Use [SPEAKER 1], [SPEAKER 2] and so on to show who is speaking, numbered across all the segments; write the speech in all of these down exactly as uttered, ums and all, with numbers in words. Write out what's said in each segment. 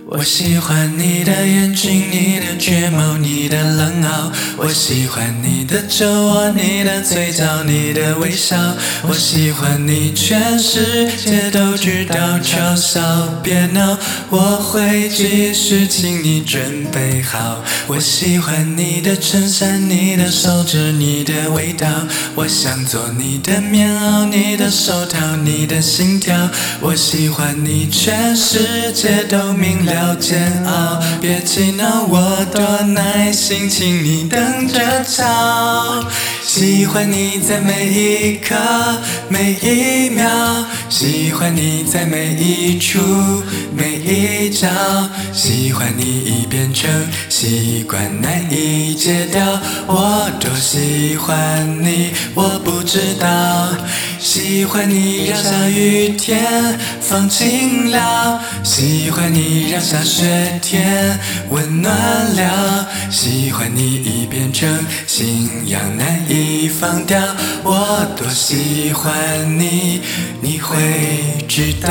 [SPEAKER 1] 我喜欢你的眼睛，你的睫毛，你的冷傲。我喜欢你的酒窝，你的嘴角，你的微笑。我喜欢你，全世界都知道，嘲笑别闹，我会继续，请你准备好。我喜欢你的衬衫，你的手指，你的味道。我想做你的棉袄，你的手套，你的心跳。我喜欢你，全世界都明了。煎熬，别气恼，我多耐心，请你等着瞧。喜欢你在每一刻每一秒，喜欢你在每一处每一角，喜欢你已变成习惯难以戒掉。我多喜欢你，我不知道。喜欢你让下雨天放晴了，喜欢你让下雪天温暖了，喜欢你已变成信仰难以放掉。我多喜欢你，你会知道。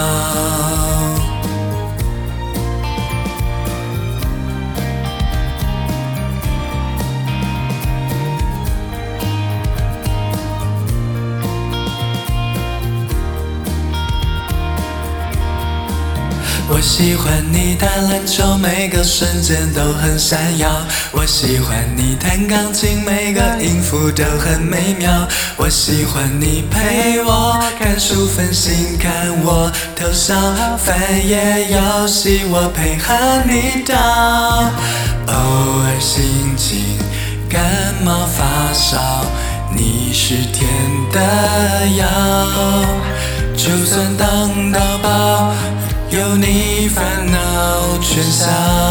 [SPEAKER 1] 我喜欢你打篮球，每个瞬间都很闪耀。我喜欢你弹钢琴，每个音符都很美妙。我喜欢你陪我看书分心，看我偷笑，翻页游戏我配合你到。偶尔心情感冒发烧，你是甜的药，就算当到宝，有你烦恼全消。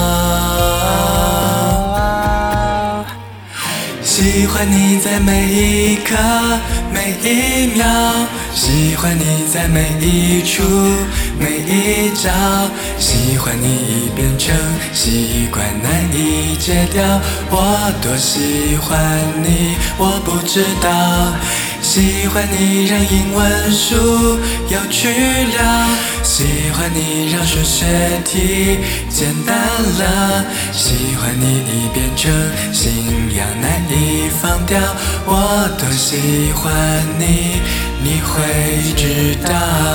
[SPEAKER 1] 喜欢你在每一刻每一秒，喜欢你在每一处每一角，喜欢你已变成习惯难以戒掉。我多喜欢你，我不知道。喜欢你让英文书有趣了，喜欢你让数学题简单了，喜欢你已变成信仰难以放掉。我多喜欢你，你会知道。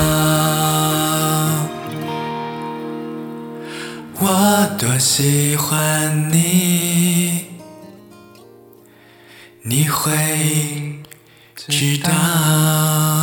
[SPEAKER 1] 我多喜欢你，你会知道。